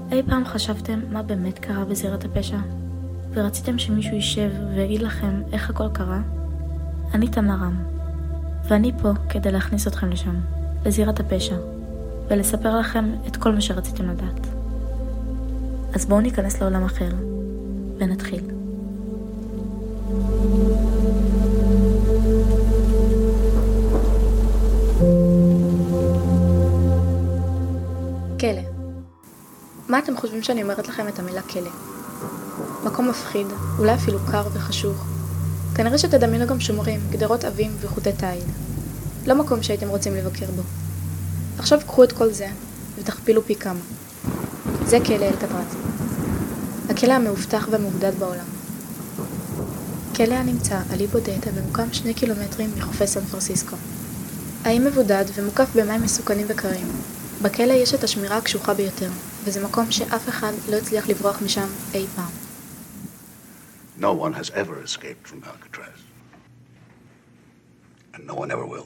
אי פעם חשבתם מה באמת קרה בזירת הפשע? ורציתם שמישהו יישב ויגיד לכם איך הכל קרה? אני תמרם, ואני פה כדי להכניס אתכם לשם, לזירת הפשע, ולספר לכם את כל מה שרציתם לדעת. אז בואו ניכנס לעולם אחר, ונתחיל. כלא. מה אתם חושבים שאני אומרת לכם את המילה כלא? מקום מפחיד, אולי אפילו קר וחשוך. כנראה שתדמיינו גם שומרים, גדרות עבים וחוטי תיל. לא מקום שהייתם רוצים לבקר בו. עכשיו קחו את כל זה ותכפילו פי כמה. זה כלא אלקטרז. הכלא המאובטח והמעודד בעולם. כלא הנמצא על אי בודד הממוקם 2 קילומטרים מחופי סן פרנסיסקו. האי מבודד ומוקף במים מסוכנים וקרים. בכלא יש את השמירה הקשוחה ביותר, וזה מקום שאף אחד לא הצליח לברוח משם אי פעם. No one has ever escaped from Alcatraz. And no one ever will.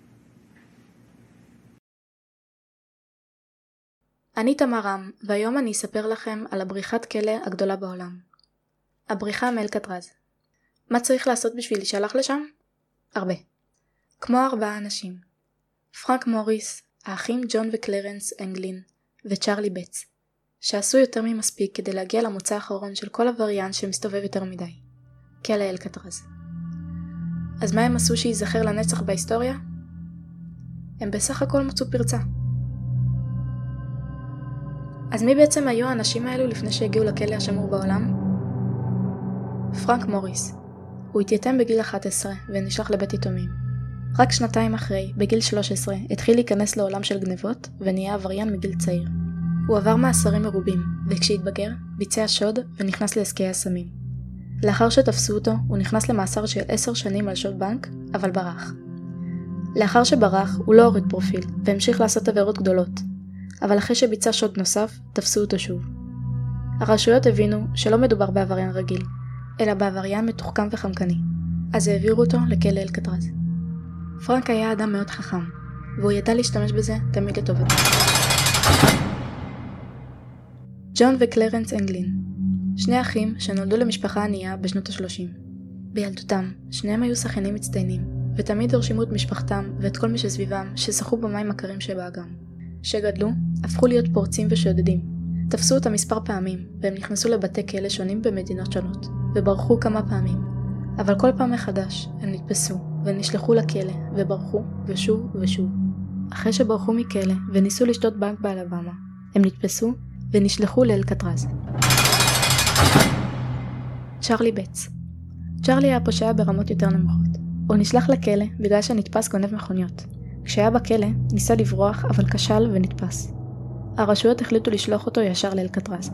אני תמרם, והיום אני אספר לכם על הבריחת כלא הגדולה בעולם. הבריחה מאלקטרז. מה צריך לעשות בשביל להישלח לשם? הרבה. כמו 4 אנשים. פרנק מוריס, האחים ג'ון וקלרנס אנגלין, וצ'רלי בץ, שעשו יותר ממספיק כדי להגיע למוצא האחרון של כל עבריין שמסתובב יותר מדי. כלא אלקטרז. אז מה הם עשו שיזכר לנצח בהיסטוריה? הם בסך הכל מצאו פרצה. אז מי בעצם היו האנשים האלו לפני שהגיעו לכלא השמור בעולם? פרנק מוריס. הוא התייתם בגיל 11 ונשלח לבית יתומים. רק 2 אחרי, בגיל 13, התחיל להיכנס לעולם של גנבות ונהיה עבריין מגיל צעיר. הוא עבר מאסרים מרובים, וכשהתבגר, ביצע שוד ונכנס לעסקי הסמים. לאחר שתפסו אותו, הוא נכנס למאסר של 10 שנים על שוד בנק, אבל ברח. לאחר שברח, הוא לא הוריד פרופיל, והמשיך לעשות עבירות גדולות. אבל אחרי שביצע שוד נוסף, תפסו אותו שוב. הרשויות הבינו שלא מדובר בעבריין רגיל, אלא בעבריין מתוחכם וחמקני. אז העבירו אותו לכלא אלקטרז. פרנק היה אדם מאוד חכם, והוא ידע להשתמש בזה תמיד לטובתו. ג'ון וקלרנס אנגלין, 2 אחים שנולדו למשפחה ענייה בשנות ה-30. בילדותם, שניהם היו שחיינים מצטיינים, ותמיד הרשימו את משפחתם ואת כל מי שסביבם ששחו במים הקרים שבאגם. שגדלו, הפכו להיות פורצים ושודדים. תפסו אותם מספר פעמים, והם נכנסו לבתי כלא שונים במדינות שונות, וברחו כמה פעמים. אבל כל פעם מחדש, הם נתפסו, ונשלחו לכלא, וברחו, ושוב ושוב. אחרי שברחו מכלא, וניסו לשתות בנק באלבמה, הם נתפסו, ונשלחו לאלקטרז. צ'רלי בץ. צ'רלי היה פושע ברמות יותר נמוכות. הוא נשלח לכלא בגלל שנתפס גונב מכוניות. כשהיה בכלא, ניסה לברוח, אבל כשל ונתפס. הרשויות החליטו לשלוח אותו ישר לאלקטרז.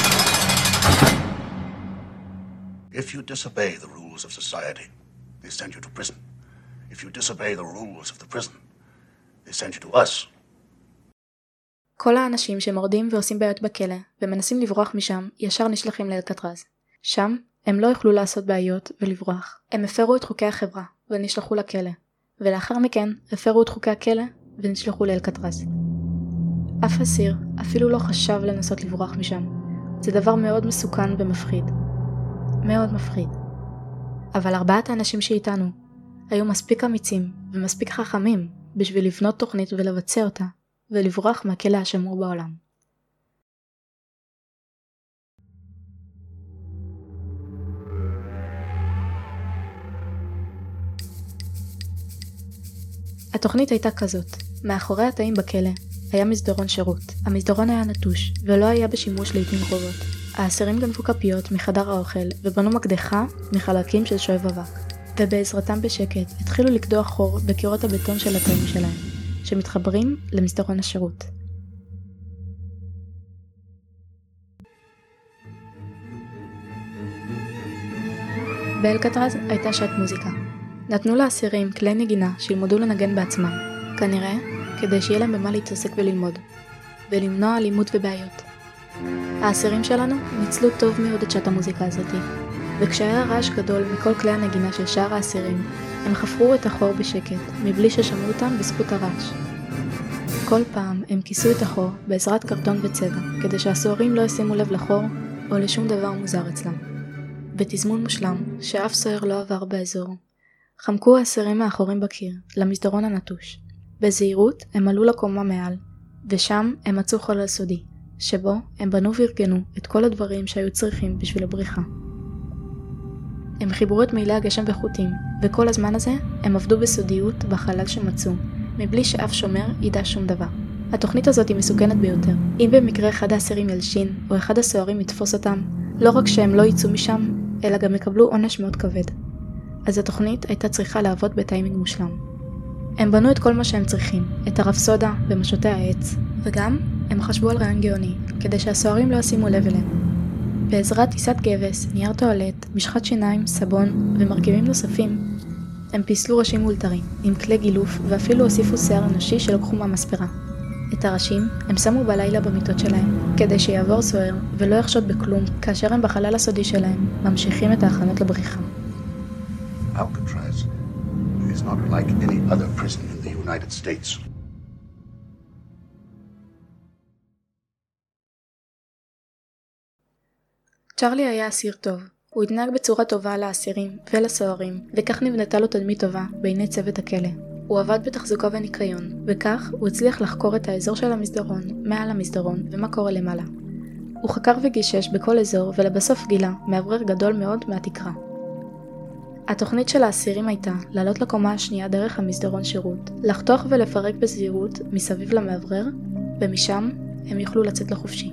If you disobey the rules of society, they send you to prison. If you disobey the rules of the prison, they send you to us. כל האנשים שמורדים ועושים בעיות בכלא ומנסים לברוח משם ישר נשלחים לאלקטרז. שם הם לא יוכלו לעשות בעיות ולברוח. הם הפרו את חוקי החברה ונשלחו לכלא. ולאחר מכן הפרו את חוקי הכלא ונשלחו לאלקטרז. אף אסיר אפילו לא חשב לנסות לברוח משם. זה דבר מאוד מסוכן ומפחיד. מאוד מפחיד. אבל 4 האנשים שאיתנו היו מספיק אמיצים ומספיק חכמים בשביל לבנות תוכנית ולבצע אותה ולברוח מהכלא השמור בעולם. התוכנית הייתה כזאת. מאחורי התאים בכלא היה מסדרון שירות. המסדרון היה נטוש ולא היה בשימוש לעתים קרובות. האסירים גנבו כפיות מחדר האוכל ובנו מקדחה מחלקים של שואב אבק. ובעזרתם בשקט התחילו לקדוח חור בקירות הבטון של התאים שלהם, שמתחברים למסדרון השירות. באלקטרז הייתה שעת מוזיקה. נתנו לאסירים כלי נגינה שילמדו לנגן בעצמם, כנראה כדי שיהיה להם במה להתעסק וללמוד, ולמנוע אלימות ובעיות. האסירים שלנו ניצלו טוב מאוד את שעת המוזיקה הזאת, וכשהיה רעש גדול מכל כלי הנגינה של שאר האסירים, הם חפרו את החור בשקט, מבלי ששמעו אותם בזכות הרעש. כל פעם הם כיסו את החור בעזרת קרטון וצבע, כדי שהסוהרים לא ישימו לב לחור או לשום דבר מוזר אצלם. בתזמון מושלם, שאף סוהר לא עבר באזור, חמקו האסירים האחורים בקיר, למסדרון הנטוש. בזהירות הם עלו לקומה מעל, ושם הם מצאו חלל סודי, שבו הם בנו וארגנו את כל הדברים שהיו צריכים בשביל הבריחה. הם חיברו את מעילי הגשם בחוטים, וכל הזמן הזה הם עבדו בסודיות בחלל שמצאו, מבלי שאף שומר ידע שום דבר. התוכנית הזאת היא מסוכנת ביותר. אם במקרה אחד האסירים ילשין, או אחד הסוהרים יתפוס אותם, לא רק שהם לא יצאו משם, אלא גם יקבלו עונש מאוד כבד. אז התוכנית הייתה צריכה לעבוד בטיימינג מושלם. הם בנו את כל מה שהם צריכים, את הרפסודה ומשוטי העץ, וגם הם חשבו על רעיון גאוני, כדי שהסוהרים לא ישימו לב אליהם. בעזרת טיסת גבס, נייר טואלט, משחת שיניים, סבון ומרכיבים נוספים, הם פיסלו ראשים מאולתרים, עם כלי גילוף ואפילו הוסיפו שיער אנושי שלקחו מהמספרה. את הראשים הם שמו בלילה במיטות שלהם, כדי שיעבור סוהר ולא יחשוד בכלום כאשר הם בחלל הסודי שלהם ממשיכים את ההכנות לבריחה. Alcatraz is not like any other prison in the United States. צ'רלי היה אסיר טוב. הוא התנהג בצורה טובה לאסירים ולסוהרים, וכך נבנתה לו תדמית טובה בעיני צוות הכלא. הוא עבד בתחזוקה וניקיון, וכך הוא הצליח לחקור את האזור של המסדרון, מעל המסדרון ומה קורה למעלה. הוא חקר וגישש בכל אזור ולבסוף גילה מאוורר גדול מאוד מהתקרה. התוכנית של האסירים הייתה לעלות לקומה השנייה דרך המסדרון שירות, לחתוך ולפרק בזהירות מסביב למאוורר, ומשם הם יוכלו לצאת לחופשי.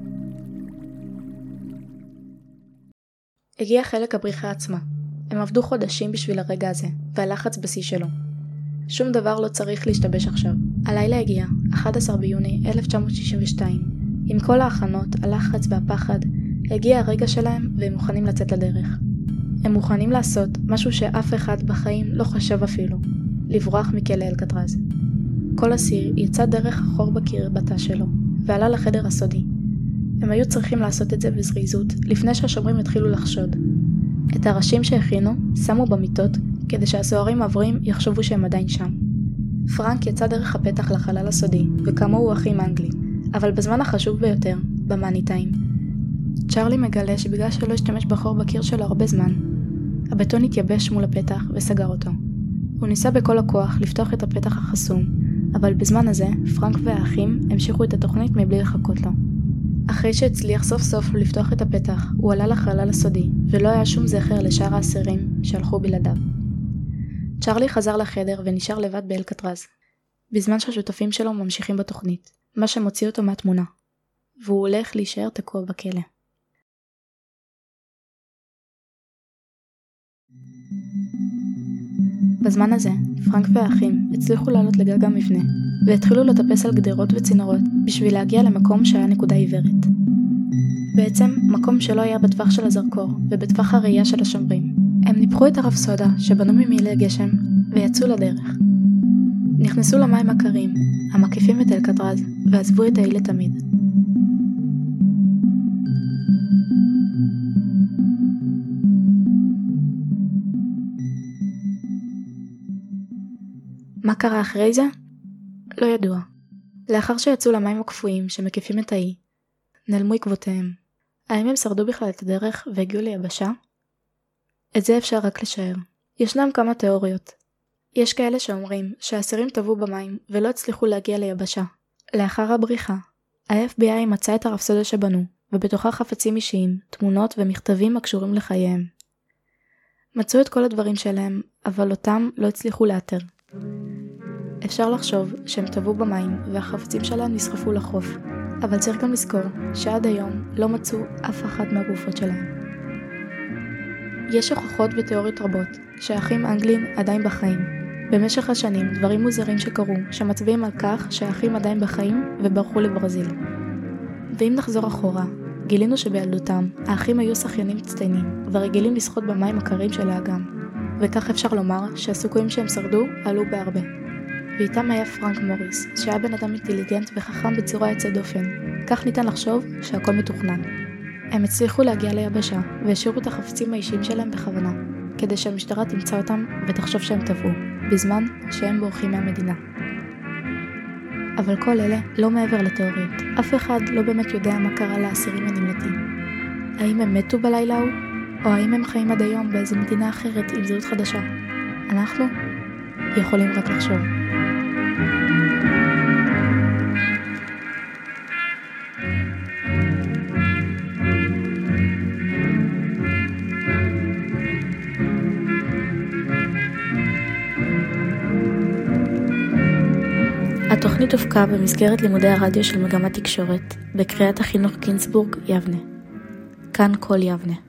הגיע חלק הבריחה עצמה. הם עבדו חודשים בשביל הרגע הזה, והלחץ בשיא שלו. שום דבר לא צריך להשתבש עכשיו. הלילה הגיע, 11 ביוני 1962. עם כל ההכנות, הלחץ והפחד, הגיע הרגע שלהם והם מוכנים לצאת לדרך. הם מוכנים לעשות משהו שאף אחד בחיים לא חשב אפילו, לברוח מכלא אלקטרז. כל אסיר יצא דרך החור בקיר בתא שלו, ועלה לחדר הסודי. הם היו צריכים לעשות את זה בזריזות, לפני שהשומרים התחילו לחשוד. את הראשים שהכינו שמו במיטות, כדי שהסוהרים העוברים יחשבו שהם עדיין שם. פרנק יצא דרך הפתח לחלל הסודי, וכמוהו אחים אנגלי, אבל בזמן החשוב ביותר, במאני טיים. צ'רלי מגלה שבגלל שלא השתמש בחור בקיר שלו הרבה זמן, הבטון התייבש מול הפתח וסגר אותו. הוא ניסה בכל הכוח לפתוח את הפתח החסום, אבל בזמן הזה פרנק והאחים המשיכו את התוכנית מבלי לחכות לו. אחרי שהצליח סוף סוף לפתוח את הפתח, הוא עלה לחלל הסודי, ולא היה שום זכר לשאר האסירים שהלכו בלעדיו. צ'רלי חזר לחדר ונשאר לבד באלקטרז, בזמן שהשותפים שלו ממשיכים בתוכנית, מה שמוציא אותו מהתמונה, והוא הולך להישאר תקוע בכלא. בזמן הזה, פרנק והאחים הצליחו לעלות לגג המבנה, והתחילו לטפס על גדרות וצינורות בשביל להגיע למקום שהיה נקודה עיוורת. בעצם, מקום שלא היה בטווח של הזרקור ובטווח הראייה של השומרים. הם ניפחו את הרפסודה שבנו ממעילי גשם ויצאו לדרך. נכנסו למים הקרים, המקיפים את אלקטרז, ועזבו את העיר לתמיד. מה קרה אחרי זה? לא ידוע. לאחר שיצאו למים הקפואים שמקיפים את האי, נעלמו עקבותיהם. האם הם שרדו בכלל את הדרך והגיעו ליבשה? את זה אפשר רק לשער. ישנם כמה תיאוריות. יש כאלה שאומרים שהאסירים טבעו במים ולא הצליחו להגיע ליבשה. לאחר הבריחה, ה-FBI מצא את הרפסודה שבנו, ובתוכה חפצים אישיים, תמונות ומכתבים הקשורים לחייהם. מצאו את כל הדברים שלהם, אבל אותם לא הצליחו לאתר. אפשר לחשוב שהם טבעו במים והחפצים שלהם נסחפו לחוף, אבל צריך גם לזכור שעד היום לא מצאו אף אחת מהגופות שלהם. יש הוכחות ותיאוריות רבות שהאחים אנגלין עדיין בחיים. במשך השנים דברים מוזרים שקרו שמצביעים על כך שהאחים עדיין בחיים וברחו לברזיל. ואם נחזור אחורה, גילינו שבילדותם האחים היו שחיינים מצטיינים ורגילים לשחות במים הקרים של האגם, וכך אפשר לומר שהסיכויים שהם שרדו עלו בהרבה. ואיתם היה פרנק מוריס, שהיה בן אדם אינטליגנט וחכם בצורה יוצאת דופן. כך ניתן לחשוב שהכל מתוכנן. הם הצליחו להגיע ליבשה והשאירו את החפצים האישיים שלהם בכוונה, כדי שהמשטרה תמצא אותם ותחשוב שהם טבעו, בזמן שהם בורחים מהמדינה. אבל כל אלה לא מעבר לתיאוריות. אף אחד לא באמת יודע מה קרה לאסירים הנמלטים. האם הם מתו בלילה ההוא? או האם הם חיים עד היום באיזו מדינה אחרת עם זהות חדשה? אנחנו יכולים רק לחשוב. התוכנית הופקה במסגרת לימודי הרדיו של מגמת תקשורת בקריית החינוך גינסבורג, יבנה. כאן כל יבנה.